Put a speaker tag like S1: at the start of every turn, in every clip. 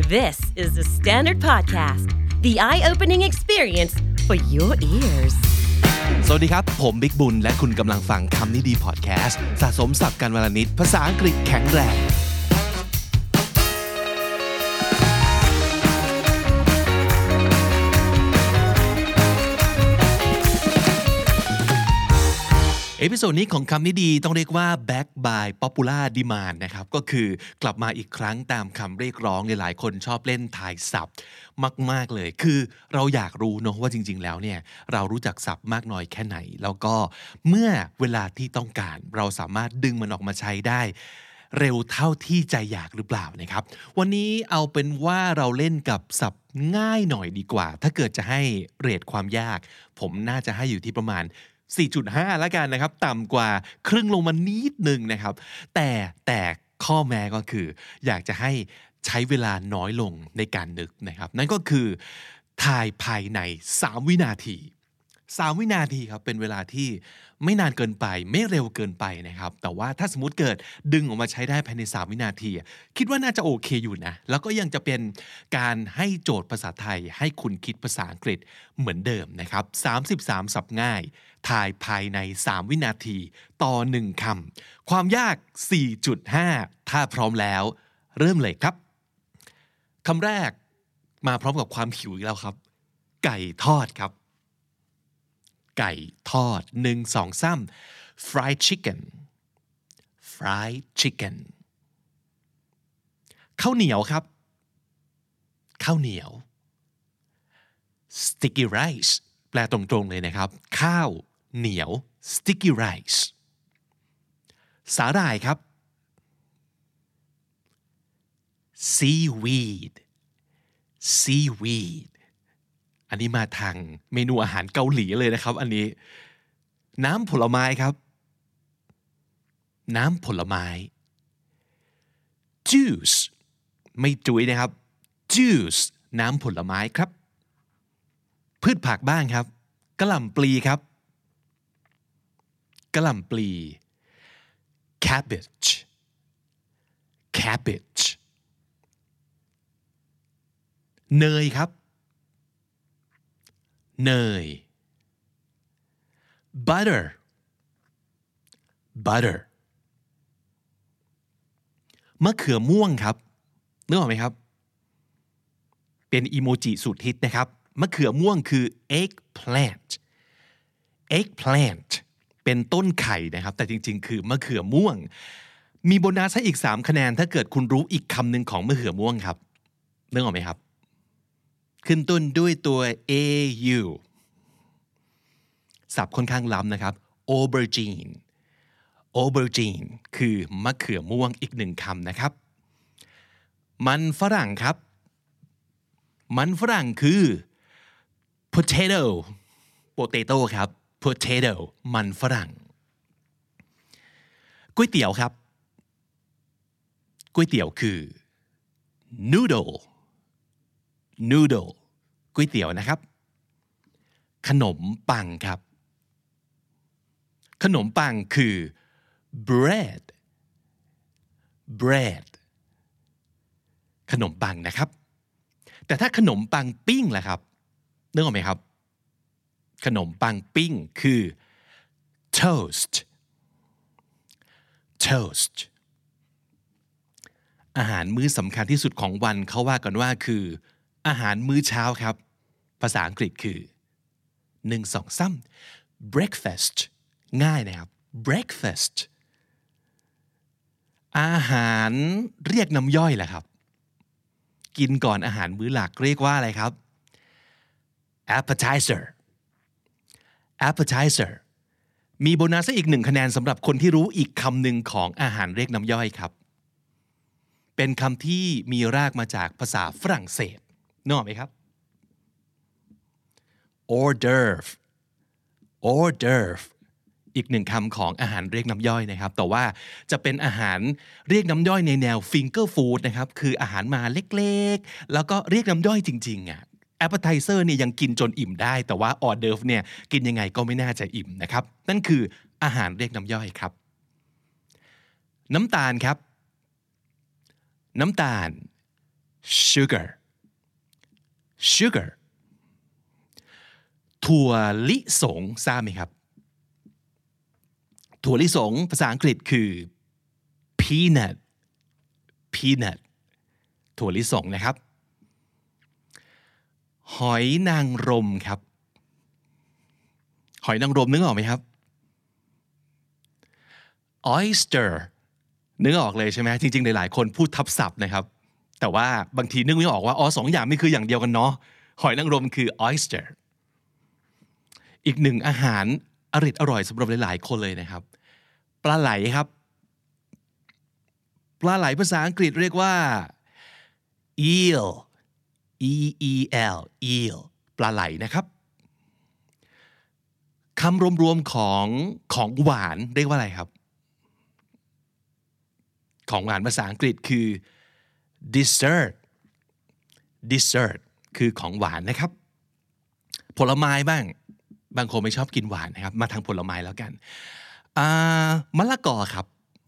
S1: This is the Standard Podcast, the eye-opening experience for your ears.
S2: สวัสดีครับผมบิ๊กบุญและคุณกำลังฟังคำนี้ดีพอดแคสต์สะสมศัพท์กันวลนิดภาษาอังกฤษแข็งแรงเอพิโซดนี้ของคำนี้ดีต้องเรียกว่า back by popular demand นะครับก็คือกลับมาอีกครั้งตามคำเรียกร้องหลายคนชอบเล่นทายศัพท์มากๆเลยคือเราอยากรู้เนอะว่าจริงๆแล้วเนี่ยเรารู้จักศัพท์มากน้อยแค่ไหนแล้วก็เมื่อเวลาที่ต้องการเราสามารถดึงมันออกมาใช้ได้เร็วเท่าที่ใจอยากหรือเปล่านะครับวันนี้เอาเป็นว่าเราเล่นกับศัพท์ง่ายหน่อยดีกว่าถ้าเกิดจะให้เรทความยากผมน่าจะให้อยู่ที่ประมาณ4.5 แล้วกันนะครับต่ำกว่าครึ่งลงมานิดนึงนะครับแต่ข้อแม้ก็คืออยากจะให้ใช้เวลาน้อยลงในการนึกนะครับนั่นก็คือทายภายใน3วินาที3วินาทีครับเป็นเวลาที่ไม่นานเกินไปไม่เร็วเกินไปนะครับแต่ว่าถ้าสมมุติเกิดดึงออกมาใช้ได้ภายใน3วินาทีคิดว่าน่าจะโอเคอยู่นะแล้วก็ยังจะเป็นการให้โจทย์ภาษาไทยให้คุณคิดภาษาอังกฤษเหมือนเดิมนะครับ33ศัพท์ง่ายทายภายใน3วินาทีต่อ1คำความยาก 4.5 ถ้าพร้อมแล้วเริ่มเลยครับคำแรกมาพร้อมกับความหิวอีกแล้วครับไก่ทอดครับไก่ทอด1 2 3 fried chicken fried chicken ข้าวเหนียวครับข้าวเหนียว sticky rice แปลตรงๆเลยนะครับข้าวเหนียว sticky rice สาหร่ายครับ seaweed seaweed อันนี้มาทางเมนูอาหารเกาหลีเลยนะครับอันนี้น้ำผลไม้ครับน้ำผลไม้ juice ไม่จุ๋ยนะครับ juice น้ำผลไม้ครับพืชผักบ้างครับกะหล่ำปลีครับกะหล่ำปลี cabbage cabbage เนยครับเนย butter butter มะเขือม่วงครับนึกออกไหมครับเป็นอีโมจิสุดฮิตนะครับมะเขือม่วงคือ eggplant eggplant เป็นต้นไข่นะครับแต่จริงๆคือมะเขือม่วงมีโบนัสให้อีก3คะแนนถ้าเกิดคุณรู้อีกคำหนึ่งของมะเขือม่วงครับนึกออกไหมครับขึ้นต้นด้วยตัว au ศัพท์ค่อนข้างล้ำนะครับ aubergine aubergine คือมะเขือม่วงอีก1คำนะครับมันฝรั่งครับมันฝรั่งคือ potato potato ครับ potato มันฝรั่งก๋วยเตี๋ยวครับก๋วยเตี๋ยวคือ noodle noodle ก๋วยเตี๋ยวนะครับขนมปังครับขนมปังคือ bread bread ขนมปังนะครับแต่ถ้าขนมปังปิ้งล่ะครับนึกออกไหมครับขนมปังปิ้งคือ toast toast อาหารมื้อสำคัญที่สุดของวันเขาว่ากันว่าคืออาหารมื้อเช้าครับภาษาอังกฤษคือ1 2 3 breakfast ง่ายนะครับ breakfast อาหารเรียกน้ำย่อยแหละครับกินก่อนอาหารมื้อหลักเรียกว่าอะไรครับ appetizer appetizer มีโบนัสอีก1คะแนนสำหรับคนที่รู้อีกคำหนึ่งของอาหารเรียกน้ำย่อยครับเป็นคำที่มีรากมาจากภาษาฝรั่งเศสนึกออกไหมครับ hors d'oeuvre hors d'oeuvre อีก1คำของอาหารเรียกน้ำย่อยนะครับแต่ว่าจะเป็นอาหารเรียกน้ำย่อยในแนว finger food นะครับคืออาหารมาเล็กๆแล้วก็เรียกน้ำย่อยจริงๆappetizer เนี่ยยังกินจนอิ่มได้แต่ว่า hors d'oeuvre เนี่ยกินยังไงก็ไม่น่าจะอิ่มนะครับนั่นคืออาหารเรียกน้ำย่อยครับน้ำตาลครับน้ำตาล sugar sugar ถั่วลิสงทราบไหมครับถั่วลิสงภาษาอังกฤษคือ peanut peanut ถั่วลิสงนะครับหอยนางรมครับหอยนางรมนึกออกไหมครับ oyster นึกออกเลยใช่ไหมจริงๆหลายๆคนพูดทับศัพท์นะครับแต่ว่าบางทีนึกไม่ออกว่าสองอย่างนี่คืออย่างเดียวกันเนาะหอยนางรมคือ oyster อีกหนึ่งอาหารอร่อยสำหรับหลายๆคนเลยนะครับปลาไหลครับปลาไหลภาษาอังกฤษเรียกว่า eel eel eel ปลาไหลนะครับคำรวมๆของหวานเรียกว่าอะไรครับของหวานภาษาอังกฤษคือ dessert dessert คือของหวานนะครับผลไม้บ้างบางคนไม่ชอบกินหวานนะครับมาทางผลไม้แล้วกันมะละกอครับ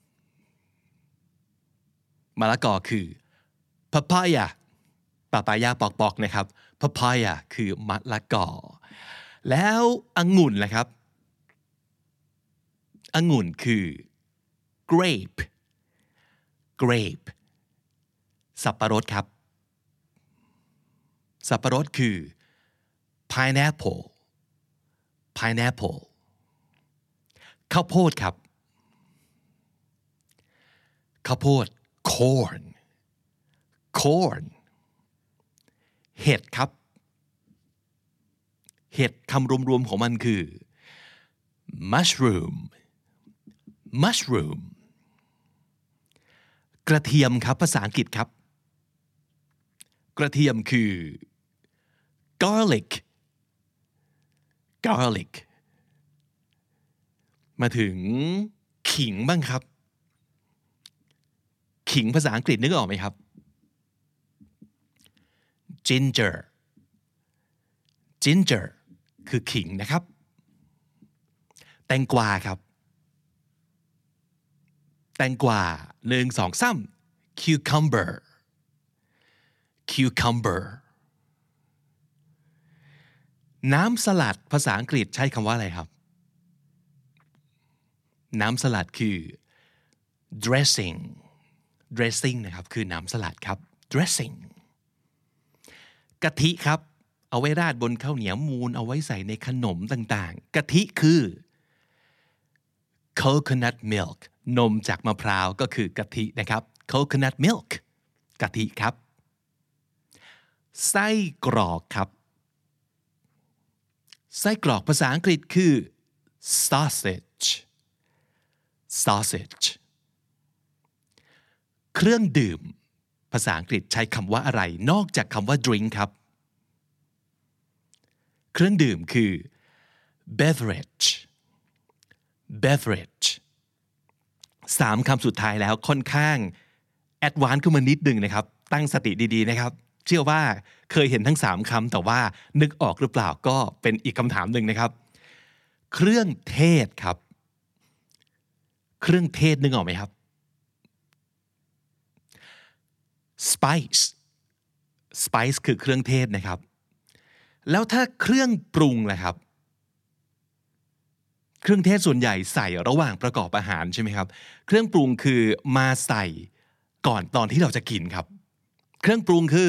S2: มะละกอคือ papaya ปอกๆนะครับ papaya คือมะละกอแล้วองุ่นล่ะครับองุ่นคือ grape grape สับปะรดครับสับปะรดคือ pineapple pineapple ข้าวโพดครับข้าวโพด corn corn เห็ดครับเห็ดคำรวมๆของมันคือ mushroom mushroom กระเทียมครับภาษาอังกฤษครับกระเทียมคือ garlic garlic มาถึงขิงบ้างครับขิงภาษาอังกฤษนึกออกไหมครับ ginger ginger คือขิงนะครับแตงกวาครับแตงกวา1 2 3 cucumber cucumber น้ำสลัดภาษาอังกฤษใช้คำว่าอะไรครับน้ำสลัดคือ dressing dressing นะครับคือน้ำสลัดครับ dressing กะทิครับเอาไว้ราดบนข้าวเหนียวมูนเอาไว้ใส่ในขนมต่างๆกะทิคือ coconut milk นมจากมะพร้าวก็คือกะทินะครับ coconut milk กะทิครับไส้กรอกครับไส้กรอกภาษาอังกฤษคือ sausage sausage เครื่องดื่มภาษาอังกฤษใช้คำว่าอะไรนอกจากคำว่า drink ครับเครื่องดื่มคือ beverage beverage 3 คำสุดท้ายแล้วค่อนข้างแอดวานซ์ขึ้นมานิดนึงนะครับตั้งสติดีๆนะครับเชื่อว่าเคยเห็นทั้ง3คำแต่ว่านึกออกหรือเปล่าก็เป็นอีกคำถามหนึ่งนะครับเครื่องเทศครับเครื่องเทศนึกออกไหมครับ spice spice คือเครื่องเทศนะครับแล้วถ้าเครื่องปรุงล่ะครับเครื่องเทศส่วนใหญ่ใส่ระหว่างประกอบอาหารใช่ไหมครับเครื่องปรุงคือมาใส่ก่อนตอนที่เราจะกินครับเครื่องปรุงคือ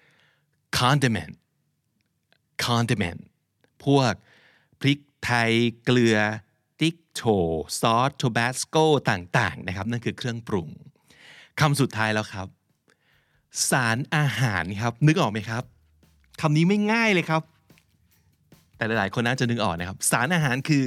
S2: condiment พวกพริกไทยเกลือติ๊กโชซอสโทบาสโกต่างๆนะครับนั่นคือเครื่องปรุงคำสุดท้ายแล้วครับสารอาหารครับนึกออกไหมครับคำนี้ไม่ง่ายเลยครับแต่หลายๆคนน่าจะนึกออกนะครับสารอาหารคือ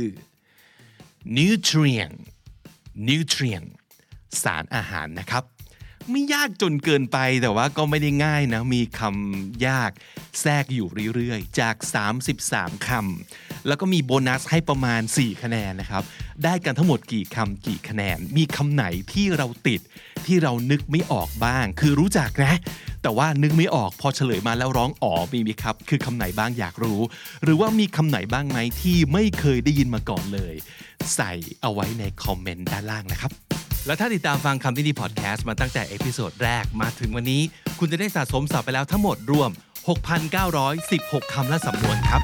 S2: nutrient สารอาหารนะครับไม่ยากจนเกินไปแต่ว่าก็ไม่ได้ง่ายนะมีคำยากแทรกอยู่เรื่อยๆจาก33คำแล้วก็มีโบนัสให้ประมาณ4คะแนนนะครับได้กันทั้งหมดกี่คำกี่คะแนนมีคำไหนที่เราติดที่เรานึกไม่ออกบ้างคือรู้จักนะแต่ว่านึกไม่ออกพอเฉลยมาแล้วร้องอ๋อมีไหมครับคือคำไหนบ้างอยากรู้หรือว่ามีคำไหนบ้างไหมที่ไม่เคยได้ยินมาก่อนเลยใส่เอาไว้ในคอมเมนต์ด้านล่างนะครับและถ้าติดตามฟังคำนี้ดีพอดแคสต์มาตั้งแต่เอพิโซดแรกมาถึงวันนี้คุณจะได้สะสมศัพท์ไปแล้วทั้งหมดรวม 6,916 คำและสำนวนครับ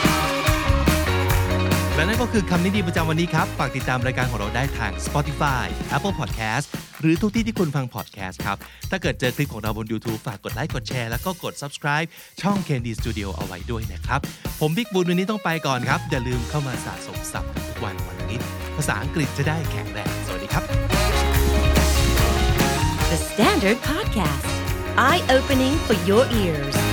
S2: และนั่นก็คือคำนี้ดีประจำวันนี้ครับฝากติดตามรายการของเราได้ทาง Spotify Apple Podcast หรือทุกที่ที่คุณฟัง podcast ครับถ้าเกิดเจอคลิปของเราบน YouTube ฝากกดไลค์กดแชร์แล้วก็กด subscribe ช่อง Candy Studio เอาไว้ด้วยนะครับผมบิ๊กบูนวันนี้ต้องไปก่อนครับอย่าลืมเข้ามาสะสมศัพท์ทุกวันนี้ภาษาอังกฤษจะได้แข็งแรงสวัสดีครับ
S1: The Standard Podcast Eye Opening for Your Ears